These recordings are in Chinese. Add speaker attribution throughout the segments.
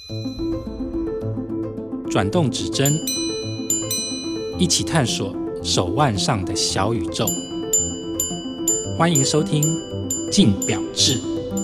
Speaker 1: 转动指针，一起探索手腕上的小宇宙。欢迎收听《静表志》。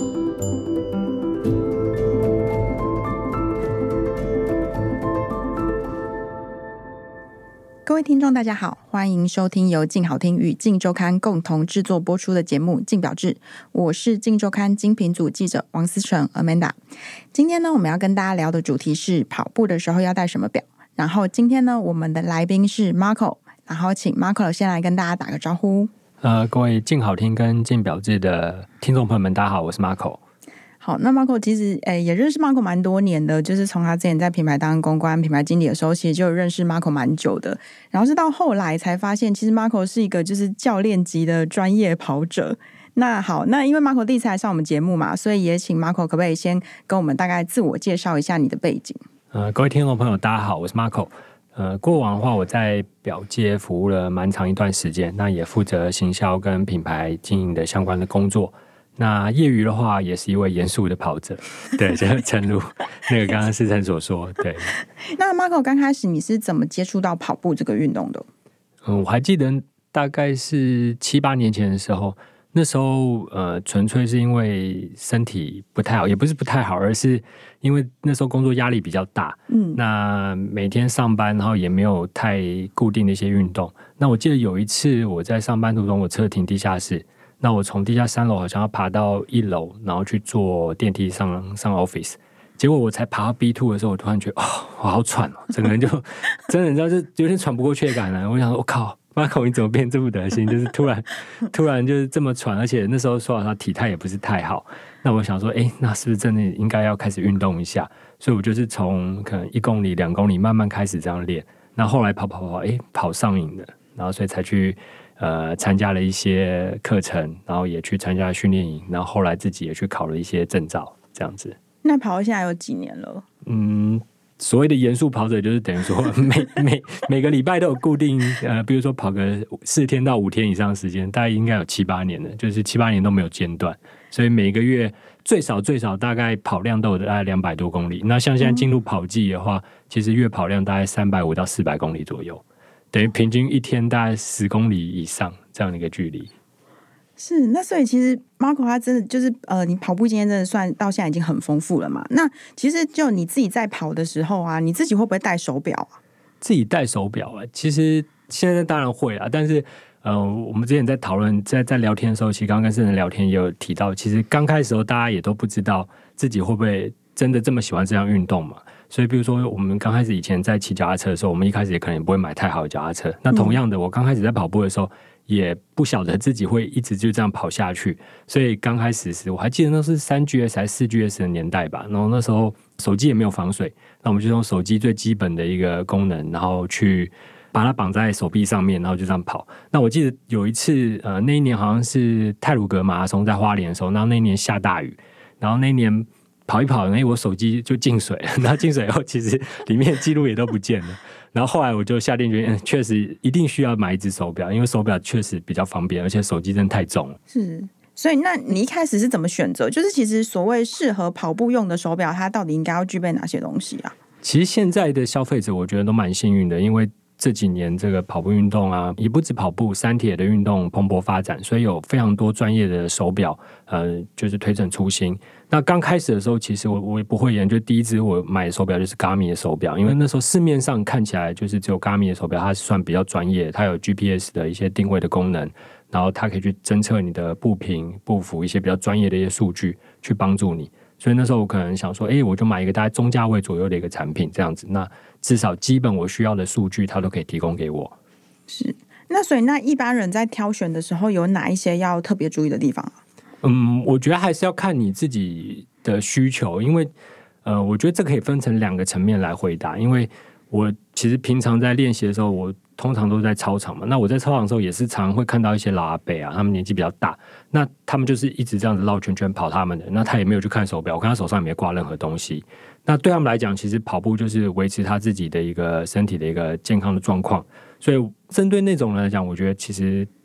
Speaker 2: 各位听众大家好，欢迎收听由静好听与静周刊共同制作播出的节目《静表志》，我是静周刊精品组记者王思成 Amanda。 今天呢，我们要跟大家聊的主题是跑步的时候要带什么表。然后今天呢，我们的来宾是 Marco， 然后请 Marco 先来跟大家打个招呼。
Speaker 3: 各位静好听跟静表志的听众朋友们，大家好，我是 Marco。
Speaker 2: 好，那 Marco 其实也认识 Marco 蛮多年的，就是从他之前在品牌当公关、品牌经理的时候，其实就认识 Marco 蛮久的。然后是到后来才发现，其实 Marco 是一个就是教练级的专业跑者。那好，那因为 Marco 第一次来上我们节目嘛，所以也请 Marco 可不可以先跟我们大概自我介绍一下你的背景？
Speaker 3: 各位听众朋友，大家好，我是 Marco。过往的话，我在表界服务了蛮长一段时间，那也负责行销跟品牌经营的相关的工作。那业余的话，也是一位严肃的跑者，对，就诚如那个刚刚思成所说，对。
Speaker 2: 那 Marco 刚开始你是怎么接触到跑步这个运动的？
Speaker 3: 我还记得大概是7、8年前的时候，那时候纯粹是因为身体不太好，也不是不太好，而是因为那时候工作压力比较大，那每天上班，然后也没有太固定的一些运动。那我记得有一次我在上班途中，我车停地下室。那我从地下3楼好像要爬到1楼，然后去坐电梯上 office， 结果我才爬到 B2 的时候，我突然觉得我好喘哦，整个人就真的你知道，就有点喘不过气的感觉。我想说，我靠，Marco 你怎么变这副德行？就是突然就是这么喘，而且那时候说好他体态也不是太好。那我想说，那是不是真的应该要开始运动一下？所以我就是从可能1公里、2公里慢慢开始这样练。那后来跑上瘾了，然后所以才去。参加了一些课程，然后也去参加训练营，然后后来自己也去考了一些证照，这样子。
Speaker 2: 那跑到现在有几年了？
Speaker 3: 所谓的严肃跑者就是等于说每个礼拜都有固定比如说跑个4天到5天以上的时间，大概应该有7、8年了，就是7、8年都没有间断，所以每个月最少大概跑量都有大概200多公里。那像现在进入跑季的话，其实月跑量大概350到400公里左右。等于平均一天大概10公里以上这样的一个距离。
Speaker 2: 是，那所以其实 Marco 他真的就是你跑步经验真的算到现在已经很丰富了嘛？那其实就你自己在跑的时候啊，你自己会不会带手表啊？
Speaker 3: 自己带手表其实现在当然会啦，但是我们之前在讨论在聊天的时候，其实刚刚跟世人聊天也有提到，其实刚开始的时候大家也都不知道自己会不会真的这么喜欢这项运动嘛。所以比如说我们刚开始以前在骑脚踏车的时候，我们一开始也可能也不会买太好的脚踏车。那同样的，我刚开始在跑步的时候也不晓得自己会一直就这样跑下去。所以刚开始时我还记得那是3GS 还是4GS 的年代吧，然后那时候手机也没有防水，那我们就用手机最基本的一个功能，然后去把它绑在手臂上面，然后就这样跑。那我记得有一次那一年好像是太鲁阁马拉松在花莲的时候，然后那一年下大雨，然后那一年跑一跑，我手机就进水了。然后进水以后，其实里面记录也都不见了。然后后来我就下定决心，确实一定需要买一只手表，因为手表确实比较方便，而且手机真的太重了。
Speaker 2: 是，所以那你一开始是怎么选择？就是其实所谓适合跑步用的手表，它到底应该要具备哪些东西啊？
Speaker 3: 其实现在的消费者，我觉得都蛮幸运的，因为这几年这个跑步运动啊，也不止跑步，三铁的运动蓬勃发展，所以有非常多专业的手表，就是推陈出新。那刚开始的时候，其实我也不会研究，第一支我买的手表就是 Garmin 的手表，因为那时候市面上看起来就是只有 Garmin 的手表，它是算比较专业，它有 GPS 的一些定位的功能，然后它可以去侦测你的步频、步幅一些比较专业的一些数据，去帮助你。所以那时候我可能想说，我就买一个大概中价位左右的一个产品，这样子，那至少基本我需要的数据，它都可以提供给我。
Speaker 2: 是，那所以那一般人在挑选的时候，有哪一些要特别注意的地方？
Speaker 3: 我觉得还是要看你自己的需求，因为我觉得这可以分成2个层面来回答。因为我其实平常在练习的时候，我通常都在操场嘛。那我在操场的时候也是常会看到一些老阿伯啊，他们年纪比较大，那他们就是一直这样子绕圈圈跑他们的，那他也没有去看手表，我看他手上也没挂任何东西。那对他们来讲，其实跑步就是维持他自己的一个身体的一个健康的状况。所以针对那种人来讲，我觉得其实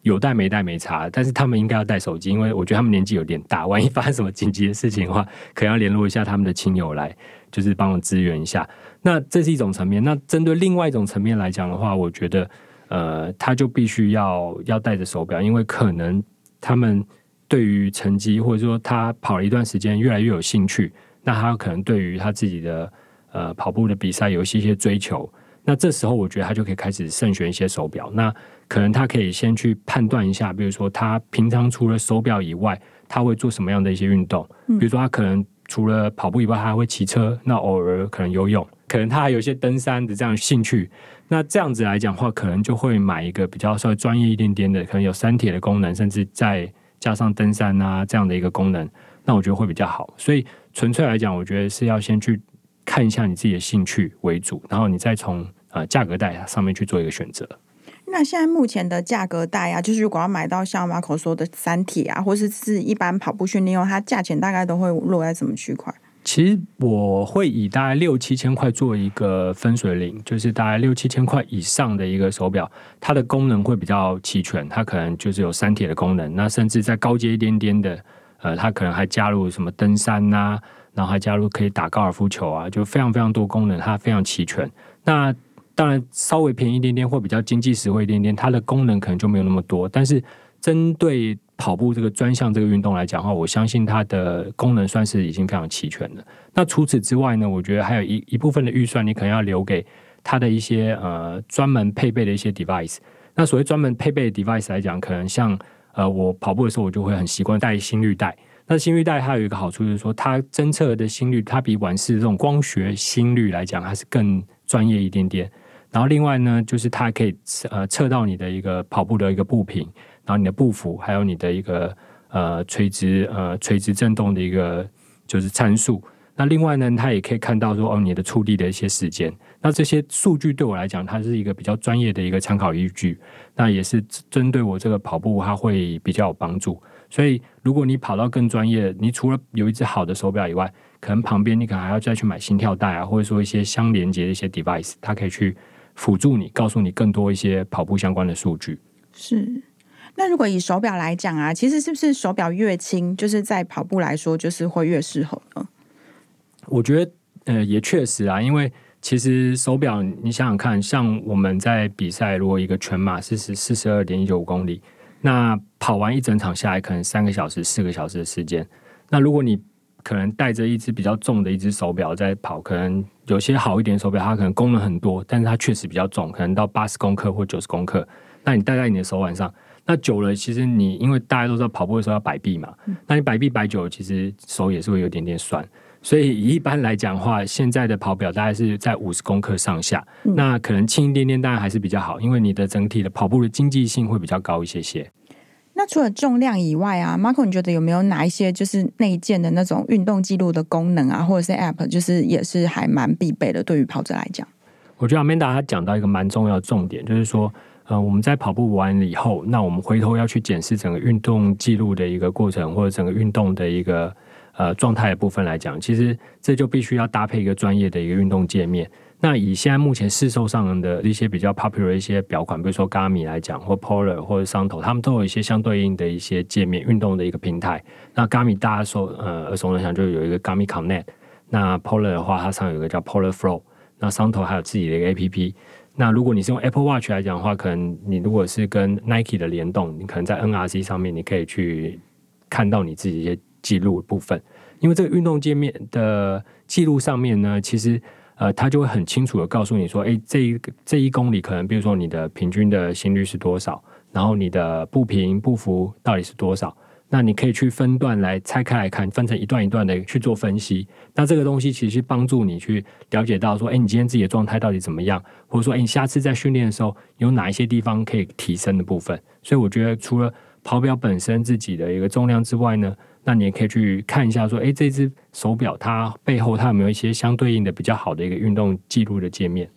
Speaker 3: 有带没带没差，但是他们应该要带手机，因为我觉得他们年纪有点大，万一发生什么紧急的事情的话，可能要联络一下他们的亲友来，就是帮我支援一下。那这是一种层面。那针对另外一种层面来讲的话，我觉得他就必须要带着手表，因为可能他们对于成绩或者说他跑了一段时间越来越有兴趣，那他可能对于他自己的跑步的比赛有一些追求。那这时候我觉得他就可以开始慎选一些手表，那可能他可以先去判断一下，比如说他平常除了手表以外，他会做什么样的一些运动，比如说他可能除了跑步以外，他还会骑车，那偶尔可能游泳，可能他还有一些登山的这样的兴趣。那这样子来讲的话，可能就会买一个比较稍微专业一点点的，可能有三铁的功能，甚至再加上登山啊这样的一个功能，那我觉得会比较好。所以纯粹来讲，我觉得是要先去看一下你自己的兴趣为主，然后你再从价格带上面去做一个选择。
Speaker 2: 那现在目前的价格带啊，就是如果要买到像 Marco 说的三铁啊，或是一般跑步训练用，它价钱大概都会落在什么区块？
Speaker 3: 其实我会以大概6-7千块做一个分水岭，就是大概6-7千块以上的一个手表，它的功能会比较齐全，它可能就是有三铁的功能，那甚至再高阶一点点的，它可能还加入什么登山啊，然后还加入可以打高尔夫球啊，就非常非常多功能，它非常齐全。那当然稍微便宜一点点或比较经济实惠一点点，它的功能可能就没有那么多，但是针对跑步这个专项这个运动来讲的话，我相信它的功能算是已经非常齐全了。那除此之外呢，我觉得还有一部分的预算你可能要留给它的一些专门配备的一些 device。 那所谓专门配备的 device 来讲，可能像我跑步的时候我就会很习惯带心率带。那心率带它有一个好处，就是说它侦测的心率，它比腕式这种光学心率来讲，它是更专业一点点。然后另外呢，就是它可以测到你的一个跑步的一个步频，然后你的步幅，还有你的一个垂直振动的一个就是参数。那另外呢，它也可以看到说你的触地的一些时间。那这些数据对我来讲，它是一个比较专业的一个参考依据。那也是针对我这个跑步，它会比较有帮助。所以如果你跑到更专业，你除了有一只好的手表以外，可能旁边你可能还要再去买心跳带啊，或者说一些相连接的一些 device， 它可以去辅助你，告诉你更多一些跑步相关的数据。
Speaker 2: 是。那如果以手表来讲啊，其实是不是手表越轻，就是在跑步来说，就是会越适合呢？
Speaker 3: 我觉得也确实啊，因为其实手表你想想看，像我们在比赛，如果一个全马是42.195公里，那跑完一整场下来可能3个小时4个小时的时间。那如果你可能带着一只比较重的一只手表在跑，可能有些好一点的手表它可能功能很多，但是它确实比较重，可能到80公克或90公克，那你戴在你的手腕上，那久了其实你因为大家都知道跑步的时候要摆臂嘛，那你摆臂摆久了其实手也是会有点点酸。所以一般来讲的话，现在的跑表大概是在50公克上下，那可能轻一点点当然还是比较好，因为你的整体的跑步的经济性会比较高一些些。
Speaker 2: 那除了重量以外啊 Marco 你觉得有没有哪一些就是内建的那种运动记录的功能啊，或者是 App 就是也是还蛮必备的对于跑者来讲？
Speaker 3: 我觉得 Amanda 她讲到一个蛮重要的重点，就是说我们在跑步完了以后，那我们回头要去检视整个运动记录的一个过程，或者整个运动的一个状态的部分来讲，其实这就必须要搭配一个专业的一个运动界面。那以现在目前市售上的一些比较 popular 的一些表款，比如说 Garmin 来讲，或 Polar 或者桑头，他们都有一些相对应的一些界面，运动的一个平台。那 Garmin 大家耳熟能详就有一个 Garmin Connect， 那 Polar 的话，它上有一个叫 Polar Flow， 那桑头还有自己的一个 APP。那如果你是用 Apple Watch 来讲的话，可能你如果是跟 Nike 的联动，你可能在 NRC 上面你可以去看到你自己一些记录的部分。因为这个运动界面的记录上面呢，其实它就会很清楚的告诉你说，这一公里可能比如说你的平均的心率是多少，然后你的步频步幅到底是多少，那你可以去分段来拆开来看，分成一段一段的去做分析。那这个东西其实帮助你去了解到说，你今天自己的状态到底怎么样，或者说你下次在训练的时候有哪一些地方可以提升的部分。所以我觉得除了跑表本身自己的一个重量之外呢，那你也可以去看一下说，这只手表它背后它有没有一些相对应的比较好的一个运动记录的界面。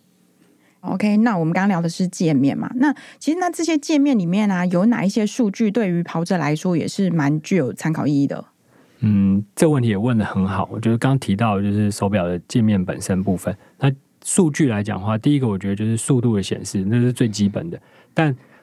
Speaker 2: OK， 那我们刚刚聊的是界面嘛，那其实这些界面里面啊，有哪一些数据对于跑者来说也是蛮具有参考意义的？
Speaker 3: 这个问题也问得很好。我觉得刚刚提到就是手表的界面本身部分，那数据来讲的话，第一个我觉得就是速度的显示，那是最基本的。但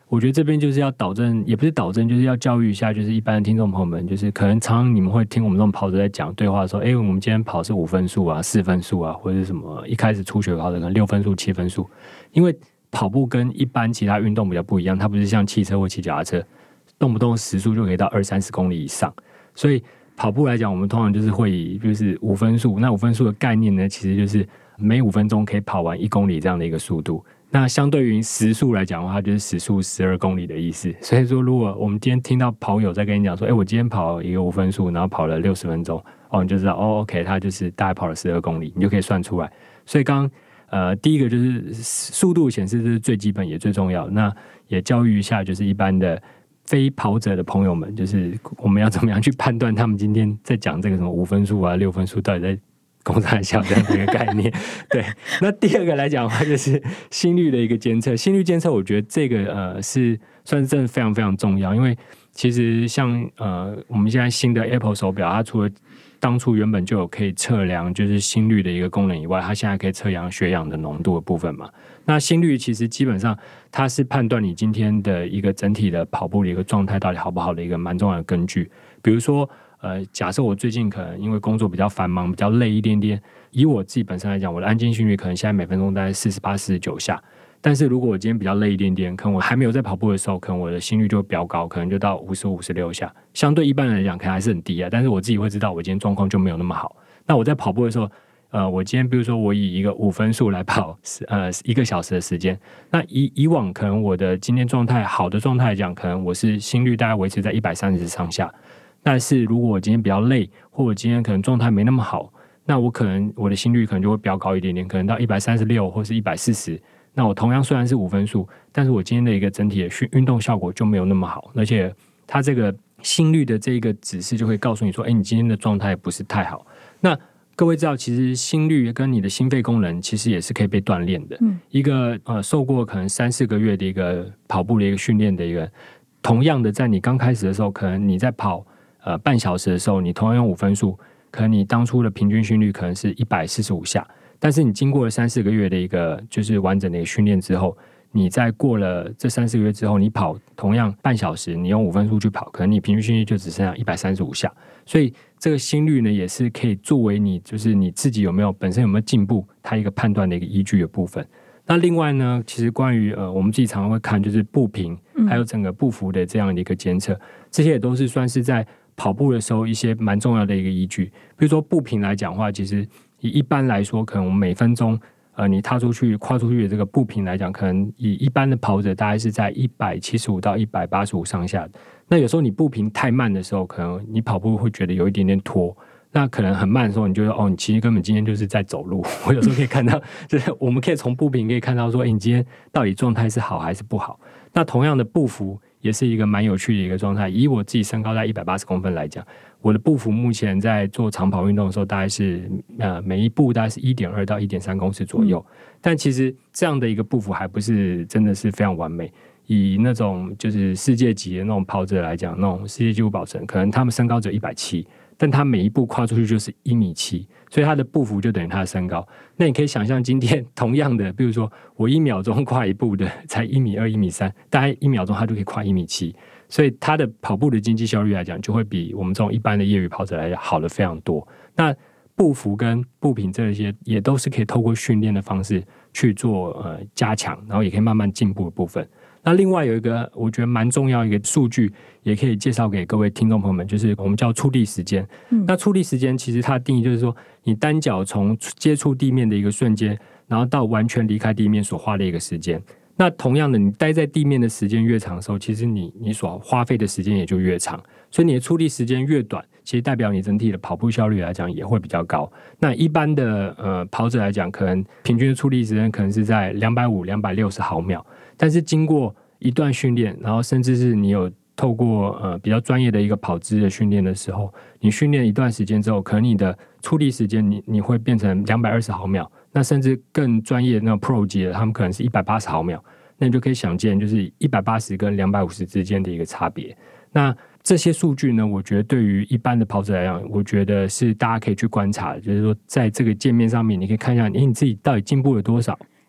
Speaker 3: 我觉得这边就是要导正，也不是导正，就是要教育一下，就是一般的听众朋友们，就是可能常常你们会听我们这种跑者在讲对话说，我们今天跑是5分数啊、4分数啊，或者是什么一开始初学跑者可能6分数、7分数，因为跑步跟一般其他运动比较不一样，它不是像汽车或骑脚踏车，动不动时速就可以到20-30公里以上，所以跑步来讲，我们通常就是会以就是5分数，那5分数的概念呢，其实就是每5分钟可以跑完1公里这样的一个速度。那相对于时速来讲的话，就是时速12公里的意思。所以说，如果我们今天听到跑友在跟你讲说，我今天跑一个5分速，然后跑了60分钟，你就知道OK， 他就是大概跑了12公里，你就可以算出来。所以刚第一个就是速度显示，这是最基本也最重要的。那也教育一下，就是一般的非跑者的朋友们，就是我们要怎么样去判断他们今天在讲这个什么5分速啊、6分速到底在公差小这样的一个概念。对，那第二个来讲的话，就是心率的一个监测。心率监测，我觉得这个是算是真的非常非常重要，因为其实像我们现在新的 Apple 手表，它除了当初原本就有可以测量就是心率的一个功能以外，它现在可以测量血氧的浓度的部分嘛。那心率其实基本上它是判断你今天的一个整体的跑步的一个状态到底好不好的一个蛮重要的根据。比如说假设我最近可能因为工作比较繁忙比较累一点点，以我自己本身来讲，我的安静心率可能现在每分钟大概48-49下，但是如果我今天比较累一点点，可能我还没有在跑步的时候，可能我的心率就会飙高，可能就到55-56下，相对一般人来讲可能还是很低啊，但是我自己会知道我今天状况就没有那么好。那我在跑步的时候我今天比如说我以一个5分速来跑1个小时的时间，那以往可能我的今天状态好的状态来讲，可能我是心率大概维持在130上下，但是如果我今天比较累，或我今天可能状态没那么好，那我的心率可能就会飙高一点点，可能到136或是140，那我同样虽然是5分速，但是我今天的一个整体的运动效果就没有那么好，而且它这个心率的这个指示就会告诉你说你今天的状态不是太好。那各位知道其实心率跟你的心肺功能其实也是可以被锻炼的。一个受过可能3-4个月的一个跑步的一个训练的一个，同样的在你刚开始的时候，可能你在跑半小时的时候，你同样用5分速，可能你当初的平均心率可能是145下，但是你经过了3-4个月的一个就是完整的一个训练之后，你在过了这3-4个月之后，你跑同样半小时，你用5分速去跑，可能你平均心率就只剩下135下，所以这个心率呢也是可以作为你就是你自己本身有没有进步，它一个判断的一个依据的部分。那另外呢，其实关于我们自己常常会看就是步频还有整个步幅的这样的一个监测，这些也都是算是在跑步的时候一些蛮重要的一个依据。比如说步频来讲的话，其实以一般来说，可能我们每分钟你跨出去的这个步频来讲，可能以一般的跑者大概是在175到185上下的。那有时候你步频太慢的时候，可能你跑步会觉得有一点点拖，那可能很慢的时候，你就说你其实根本今天就是在走路。我有时候可以看到，就是我们可以从步频可以看到说，你今天到底状态是好还是不好。那同样的步幅也是一个蛮有趣的一个状态。以我自己身高在180公分来讲，我的步幅目前在做长跑运动的时候，大概是每一步大概是1.2到1.3公尺左右。但其实这样的一个步幅还不是真的是非常完美。以那种就是世界级的那种跑者来讲，那种世界纪录保持人，可能他们身高只有170，但他每一步跨出去就是1.7米，所以他的步幅就等于他的身高。那你可以想象，今天同样的，比如说我1秒钟跨一步的才1.2米、1.3米，大概1秒钟他就可以跨1.7米，所以他的跑步的经济效率来讲，就会比我们这种一般的业余跑者来讲好的非常多。那步幅跟步频这些也都是可以透过训练的方式去做加强，然后也可以慢慢进步的部分。那另外有一个我觉得蛮重要一个数据，也可以介绍给各位听众朋友们，就是我们叫触地时间。那触地时间其实它的定义就是说，你单脚从接触地面的一个瞬间，然后到完全离开地面所花的一个时间。那同样的，你待在地面的时间越长的时候，其实你所花费的时间也就越长，所以你的触地时间越短，其实代表你整体的跑步效率来讲也会比较高。那一般的跑者来讲，可能平均的触地时间可能是在250、260毫秒，但是经过一段训练，然后甚至是你有透过比较专业的一个跑姿的训练的时候，你训练一段时间之后，可能你的触地时间你会变成220毫秒，那甚至更专业的那种 Pro 级的，他们可能是180毫秒，那你就可以想见就是180跟250之间的一个差别。那这些数据呢，我觉得对于一般的跑者来讲，我觉得是大家可以去观察的，就是说在这个界面上面，你可以看一下你自己到底进步了多少。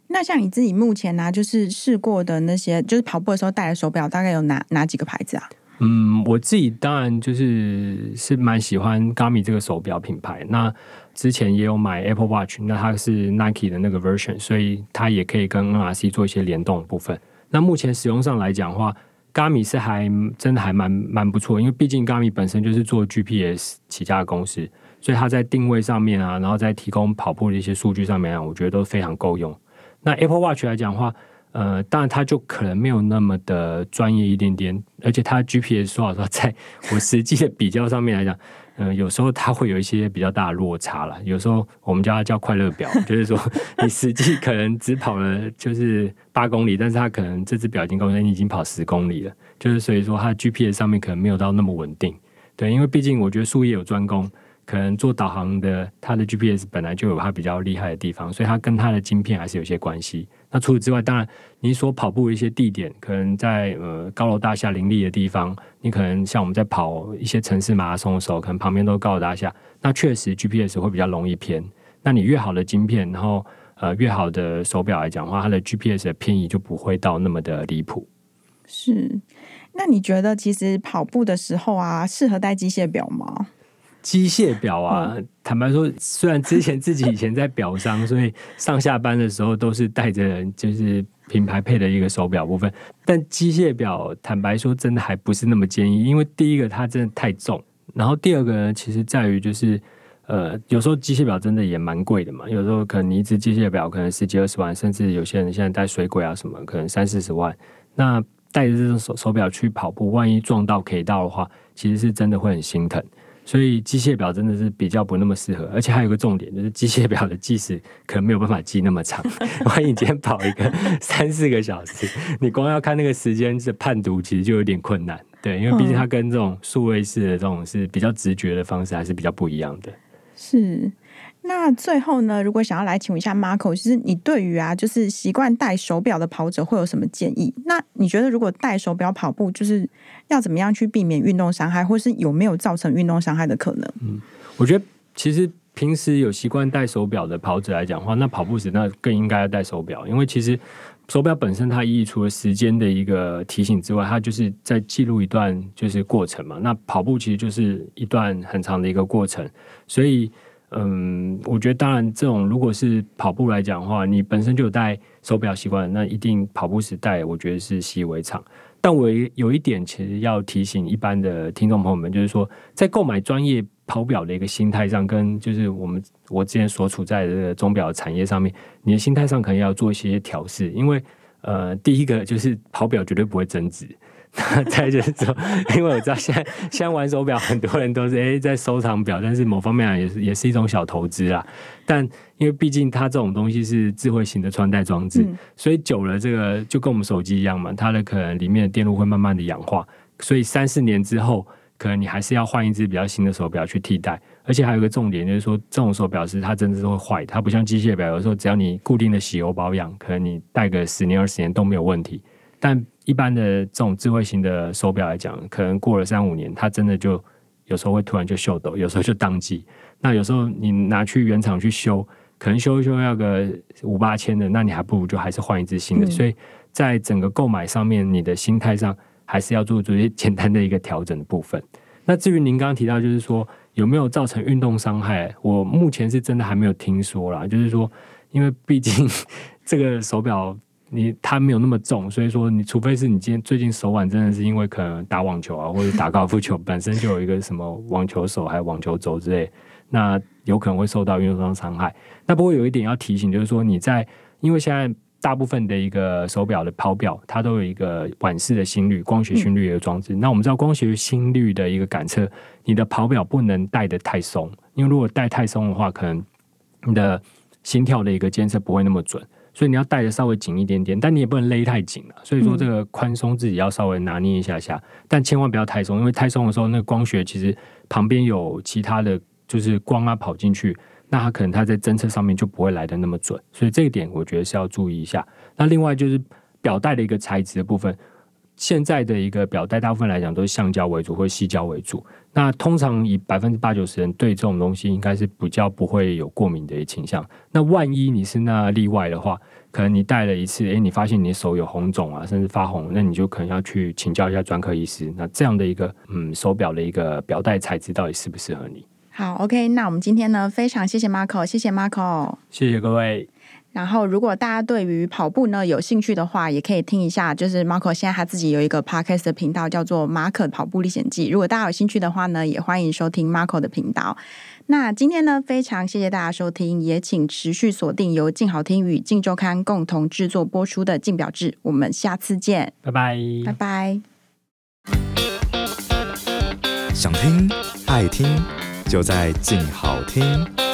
Speaker 2: 那像你自己目前呢、就是试过的那些，就是跑步的时候戴的手表，大概有哪几个牌子啊？
Speaker 3: 我自己当然是蛮喜欢 Garmin 这个手表品牌。那之前也有买 Apple Watch， 那它是 Nike 的那个 version， 所以它也可以跟 NRC 做一些联动的部分。那目前使用上来讲的话，Garmin 是真的还蛮不错，因为毕竟 Garmin 本身就是做 GPS 起家的公司，所以它在定位上面啊，然后在提供跑步的一些数据上面啊，我觉得都非常够用。那 Apple Watch 来讲的话，当然它就可能没有那么的专业一点点，而且它 GPS 说好说，在我实际的比较上面来讲，有时候它会有一些比较大的落差啦。有时候我们叫它快乐表，就是说你实际可能只跑了就是8公里，但是它可能这只表已经告诉你已经跑10公里了，就是所以说它的 GPS 上面可能没有到那么稳定。对，因为毕竟我觉得术业有专攻。可能做导航的，它的 GPS 本来就有它比较厉害的地方，所以它跟它的晶片还是有些关系。那除此之外，当然你所跑步的一些地点，可能在高楼大厦林立的地方，你可能像我们在跑一些城市马拉松的时候，可能旁边都是高楼大厦，那确实 GPS 会比较容易偏。那你越好的晶片，然后越好的手表来讲的话，它的 GPS 的偏移就不会到那么的离谱。
Speaker 2: 是，那你觉得其实跑步的时候啊，适合戴机械表吗？
Speaker 3: 机械表啊，坦白说，虽然之前自己以前在表商，所以上下班的时候都是带着就是品牌配的一个手表部分，但机械表坦白说真的还不是那么建议，因为第一个它真的太重，然后第二个呢，其实在于就是有时候机械表真的也蛮贵的嘛，有时候可能你一只机械表可能10几20万，甚至有些人现在戴水鬼啊什么，可能30、40万，那带着这种手表去跑步，万一撞到 K 到的话，其实是真的会很心疼。所以机械表真的是比较不那么适合，而且还有一个重点，就是机械表的计时可能没有办法记那么长。万一你今天跑一个3、4个小时，你光要看那个时间的判读，其实就有点困难。对，因为毕竟它跟这种数位式的这种是比较直觉的方式，还是比较不一样的。
Speaker 2: 是。那最后呢，如果想要来请问一下 Marco， 就是你对于就是习惯戴手表的跑者会有什么建议？那你觉得如果戴手表跑步，就是要怎么样去避免运动伤害，或是有没有造成运动伤害的可能？
Speaker 3: 我觉得其实平时有习惯戴手表的跑者来讲的话，那跑步时那更应该要戴手表，因为其实手表本身它意义除了时间的一个提醒之外，它就是在记录一段就是过程嘛。那跑步其实就是一段很长的一个过程，所以我觉得当然这种如果是跑步来讲的话，你本身就有戴手表习惯，那一定跑步时戴，我觉得是习以为常。但我有一点其实要提醒一般的听众朋友们，就是说在购买专业跑表的一个心态上，跟就是我之前所处在的这个钟表产业上面，你的心态上可能要做一些调试，因为第一个就是跑表绝对不会增值。再就是说，因为我知道现在玩手表，很多人都是在收藏表，但是某方面来也是一种小投资啦。但因为毕竟它这种东西是智慧型的穿戴装置，所以久了这个就跟我们手机一样嘛，它的可能里面的电路会慢慢的氧化，所以3、4年之后，可能你还是要换一只比较新的手表去替代。而且还有一个重点就是说，这种手表是它真的是会坏，它不像机械表，有时候只要你固定的洗油保养，可能你戴个10年20年都没有问题。但一般的这种智慧型的手表来讲，可能过了3、5年，它真的就有时候会突然就锈抖，有时候就当机。那有时候你拿去原厂去修，可能修一修要个5、8千的，那你还不如就还是换一只新的。所以在整个购买上面，你的心态上还是要做一些简单的一个调整的部分。那至于您刚刚提到，就是说有没有造成运动伤害，我目前是真的还没有听说啦。就是说，因为毕竟这个手表它没有那么重，所以说你除非是你最近手腕真的是因为可能打网球啊，或者打高尔夫球本身就有一个什么网球手还有网球肘之类，那有可能会受到运动伤害。那不过有一点要提醒，就是说因为现在大部分的一个手表的跑表，它都有一个晚视的心率、光学心率的装置。那我们知道光学心率的一个感测，你的跑表不能戴得太松，因为如果戴太松的话，可能你的心跳的一个监测不会那么准。所以你要戴的稍微紧一点点，但你也不能勒太紧了。所以说这个宽松自己要稍微拿捏一下下，但千万不要太松，因为太松的时候，那个光学其实旁边有其他的就是光啊跑进去，那它可能它在侦测上面就不会来的那么准。所以这一点我觉得是要注意一下。那另外就是表带的一个材质的部分， 现在的一个表带大部分来讲都是橡胶为主或矽胶为主，那通常以80%-90%人对这种东西应该是比较不会有过敏的倾向。那万一你是那例外的话，可能你戴了一次，你发现你的手有红肿啊，甚至发红，那你就可能要去请教一下专科医师。那这样的一个手表的一个表带材质到底适不适合你？
Speaker 2: 好 ，OK， 那我们今天呢非常谢谢 Marco， 谢谢 Marco，
Speaker 3: 谢谢各位。
Speaker 2: 然后，如果大家对于跑步呢有兴趣的话，也可以听一下，就是 Marco 现在他自己有一个 podcast 的频道，叫做马可跑步历险记。如果大家有兴趣的话呢，也欢迎收听 Marco 的频道。那今天呢，非常谢谢大家收听，也请持续锁定由静好听与静周刊共同制作播出的静表志。我们下次见，
Speaker 3: 拜拜，
Speaker 2: 拜拜。
Speaker 4: 想听爱听，就在静好听。